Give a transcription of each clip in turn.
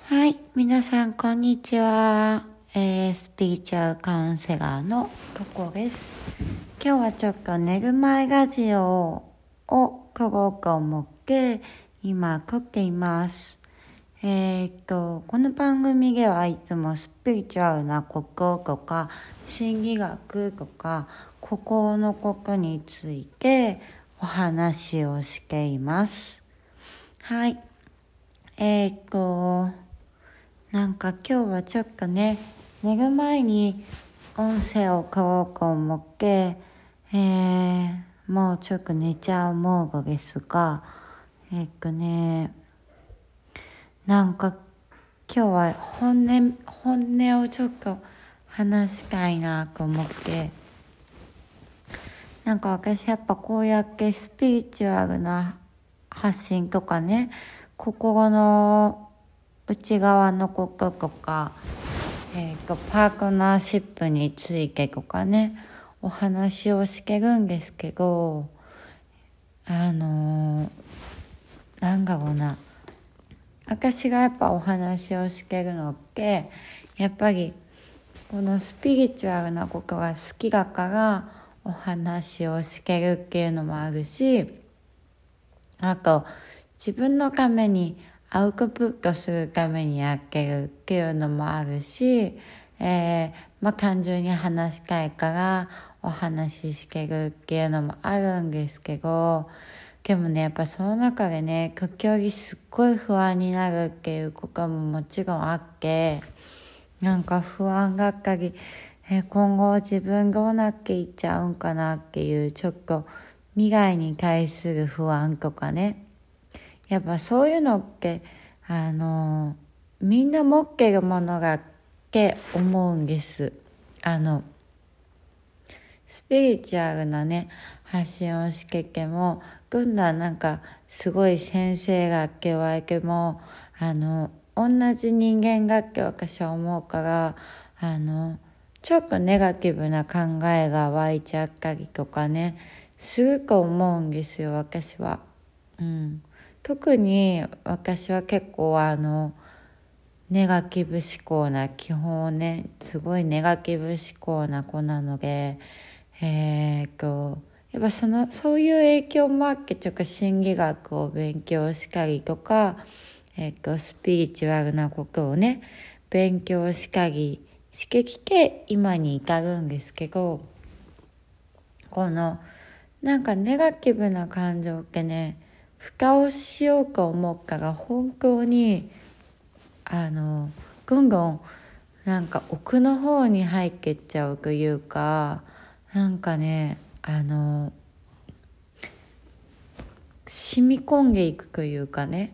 はい、皆さんこんにちは。スピリチュアルカウンセラーのとこです。今日はちょっと寝る前ラジオを撮ろうと思って今撮っています。この番組ではいつもスピリチュアルなこととか心理学とか心のことについてお話をしています。はい。なんか今日はちょっとね、寝る前に音声を撮ろうと思って、もうちょっと寝ちゃうモードですが、なんか今日は本音をちょっと話したいなと思って、なんか私やっぱこうやってスピリチュアルな発信とかね、心の内側のこととか、パートナーシップについてとかね、お話をしてるんですけど、なんだろうな。私がやっぱお話をしてるのって、やっぱりこのスピリチュアルなことが好きだからお話をしてるっていうのもあるし、あと自分のためにアウトプットするためにやってるっていうのもあるし、単純に話したいからお話ししてるっていうのもあるんですけど、でもね、やっぱその中でね、時折すっごい不安になるっていうことももちろんあって、なんか不安があったり、今後自分どうなっていっちゃうんかなっていうちょっと未来に対する不安とかね、やっぱそういうのってみんな持ってるものがって思うんです。スピリチュアルなね発信をしてても軍団なんかすごい先生がって言われても同じ人間だって私は思うからちょっとネガティブな考えが湧いちゃったりとかねすると思うんですよ、私は。特に私は結構ネガティブ思考な基本ね、すごいネガティブ思考な子なので、やっぱそういう影響もあってちょっと心理学を勉強したりとか、スピリチュアルなことをね勉強したりしてきて今に至るんですけど、このなんかネガティブな感情ってね、蓋をしようと思ったら本当にぐんぐんなんか奥の方に入ってっちゃうというか、なんかね染み込んでいくというかね、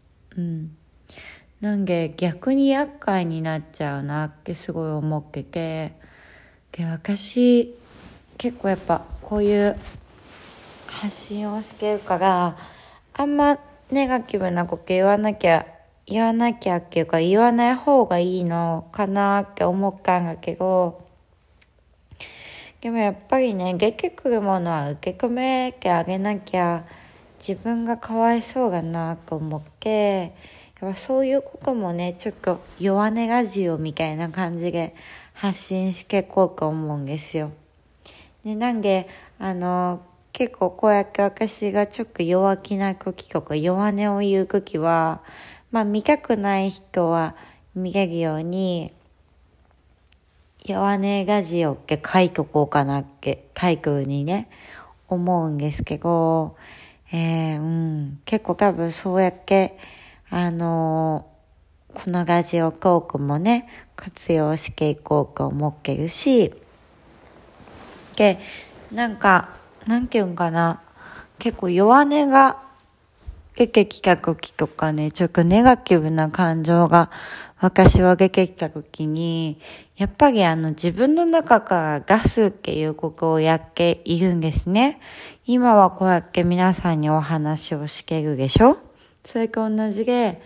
なんで逆に厄介になっちゃうなってすごい思ってて、で私結構やっぱこういう発信をしてるからあんまネガティブなこと言わなきゃっていうか言わない方がいいのかなって思ったんだけど、でもやっぱりね、出てくるものは受け止めてあげなきゃ自分がかわいそうだなと思って、やっぱそういうこともねちょっと弱音ラジオみたいな感じで発信していこうと思うんですよ。でなんで結構こうやって私がちょっと弱気な時とか弱音を言う時は、見たくない人は見れるように弱音ラジオって書いとこうかなってタイトルにね思うんですけど、結構多分そうやってこのラジオトークもね活用していこうと思ってるし、でなんていうんかな、結構弱音が出てきた時とかね、ちょっとネガティブな感情が私は出てきた時に、やっぱり自分の中から出すっていうことをやっているんですね。今はこうやって皆さんにお話をしてるでしょ。それと同じで、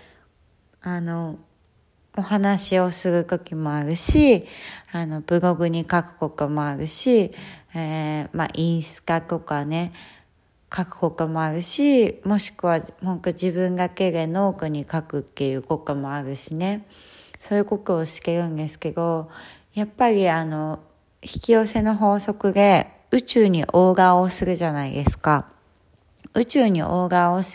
お話をする時もあるし、ブログに書くこともあるし、インスタとかね、 書くこともあるし、もしくは本当自分だけでノートに書くっていうこともあるしね、そういうことをしてるんですけど、やっぱり引き寄せの法則で宇宙にオーダーをするじゃないですか。宇宙にオーダーをして、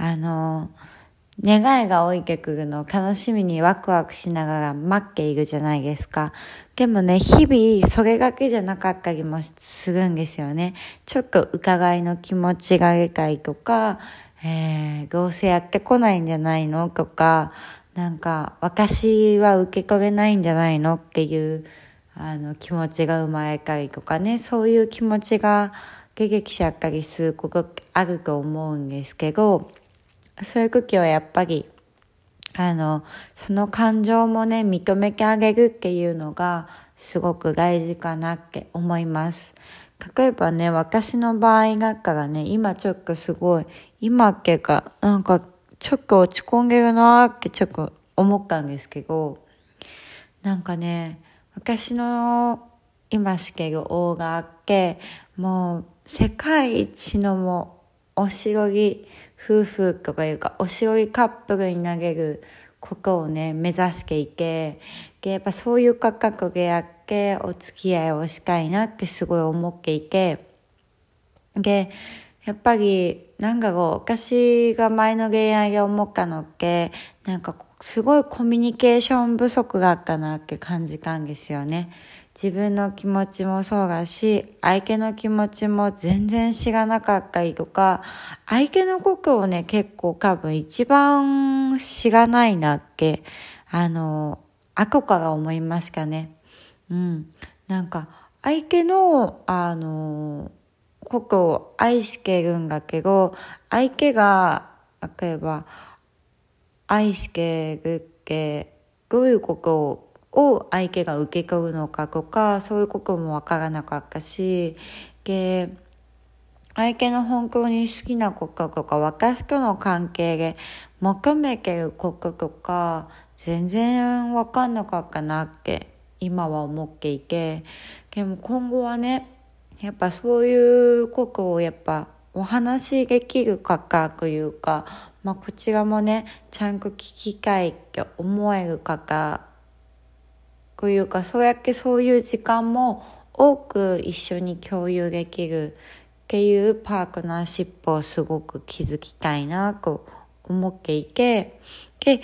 願いが降りてくるのを楽しみにワクワクしながら待っているじゃないですか。でもね、日々それだけじゃなかったりもするんですよね。ちょっと疑いの気持ちが出たりとか、どうせやってこないんじゃないのとか、なんか私は受け取れないんじゃないのっていう気持ちが生まれたりとかね、そういう気持ちが出てきちゃったりすることあると思うんですけど、そういう時はやっぱりその感情もね認めてあげるっていうのがすごく大事かなって思います。例えばね、私の場合だからね、今ちょっとすごい今ってかなんかちょっと落ち込んでるなーってちょっと思ったんですけど、なんかね、私の今してるオーガーってもう世界一のもうおしどり夫婦とかいうかおしどりカップルになれることをね目指していて、でやっぱそういう感覚でやってお付き合いをしたいなってすごい思っていて、でやっぱりなんだろう、私が前の恋愛で思ったのってなんかすごいコミュニケーション不足があったなって感じたんですよね。自分の気持ちもそうだし、相手の気持ちも全然知らなかったりとか、相手のことをね結構多分一番知らないなって後から思いましたね。なんか相手のことを愛してるんだけど、相手が例えば愛してるってどういうことを相手が受け取るのかとか、そういうこともわからなかったし、で相手の本当に好きなこととか、私との関係で求めてることとか全然わかんなかったなって今は思っていて、でも今後はねやっぱそういうことをやっぱお話できる方というか、こちらもねちゃんと聞きたいって思える方というか、そうやってそういう時間も多く一緒に共有できるっていうパートナーシップをすごく築きたいなと思っていて、で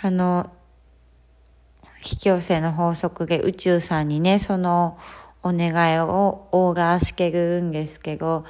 引き寄せの法則で宇宙さんにねそのお願いをオーダーしてるんですけど、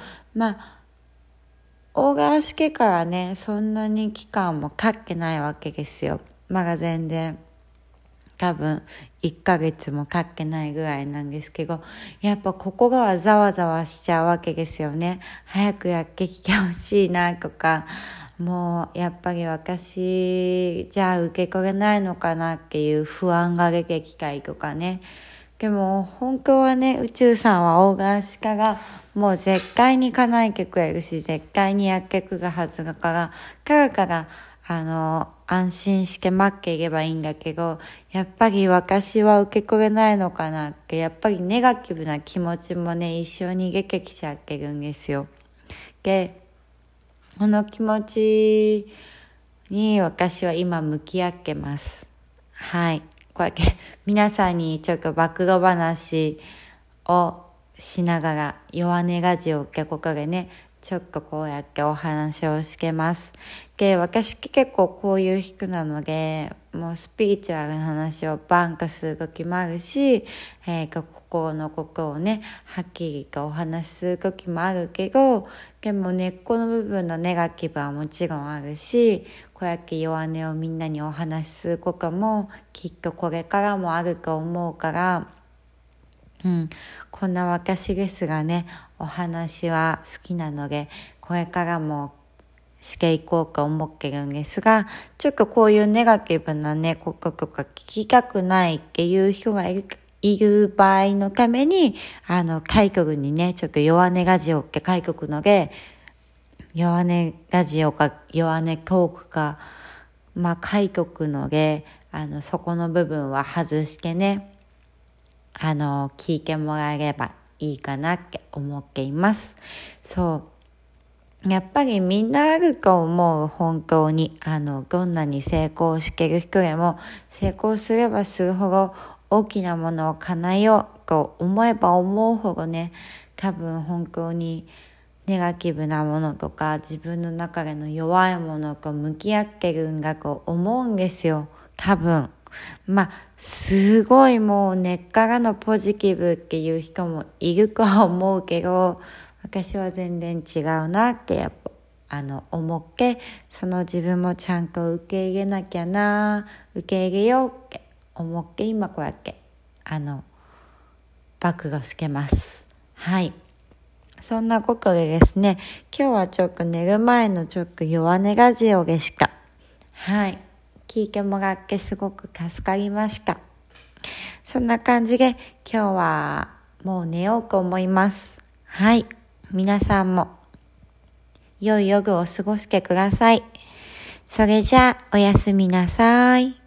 オーダーしてからねそんなに期間も経ってないわけですよ。まだ全然多分1ヶ月も経ってないぐらいなんですけど、やっぱ心がざわざわしちゃうわけですよね。早くやってきてほしいなとか、もうやっぱり私じゃあ受け取れないのかなっていう不安が出てきたりとかね。でも本当はね、宇宙さんはオーガーシカがもう絶対に叶えてくれるし、絶対にやってくるはずだから、から安心して待っていればいいんだけど、やっぱり私は受け取れないのかなって、やっぱりネガティブな気持ちもね、一緒に出てきちゃってるんですよ。で、この気持ちに私は今向き合ってます。はい。こうやって皆さんにちょっと暴露話をしながら弱音ラジオってことでね、ちょっとこうやってお話をしてます。で、私結構こういう人なので、もうスピリチュアルな話をバンとする時もあるし、心のことをね、はっきりとお話しする時もあるけど、でも根っこの部分のネガティブはもちろんあるし、こうやって弱音をみんなにお話しすることもきっとこれからもあると思うから、こんな私ですがね、お話は好きなので、これからもしていこうと思ってるんですが、ちょっとこういうネガティブなね、こととか聞きたくないっていう人がいる場合のために、書いとるにね、ちょっと弱音ラジオって書いとくので、弱音ラジオか弱音トークか、書いとくので、そこの部分は外してね、聞いてもらえればいいかなって思っています。そう。 やっぱりみんなあると思う、本当に。どんなに成功してる人でも、成功すればするほど大きなものを叶えようと思えば思うほどね、多分本当にネガティブなものとか、自分の中での弱いものと向き合ってるんだと思うんですよ、多分。すごいもう根っからのポジティブっていう人もいるとは思うけど、私は全然違うなってやっぱ思って、その自分もちゃんと受け入れなきゃな、受け入れようって思って、今こうやって暴露してます。はい、そんなことでですね、今日はちょっと寝る前のちょっと弱音ラジオでした。はい、聞いてもらってすごく助かりました。そんな感じで今日はもう寝ようと思います。はい、皆さんも良い夜を過ごしてください。それじゃあおやすみなさい。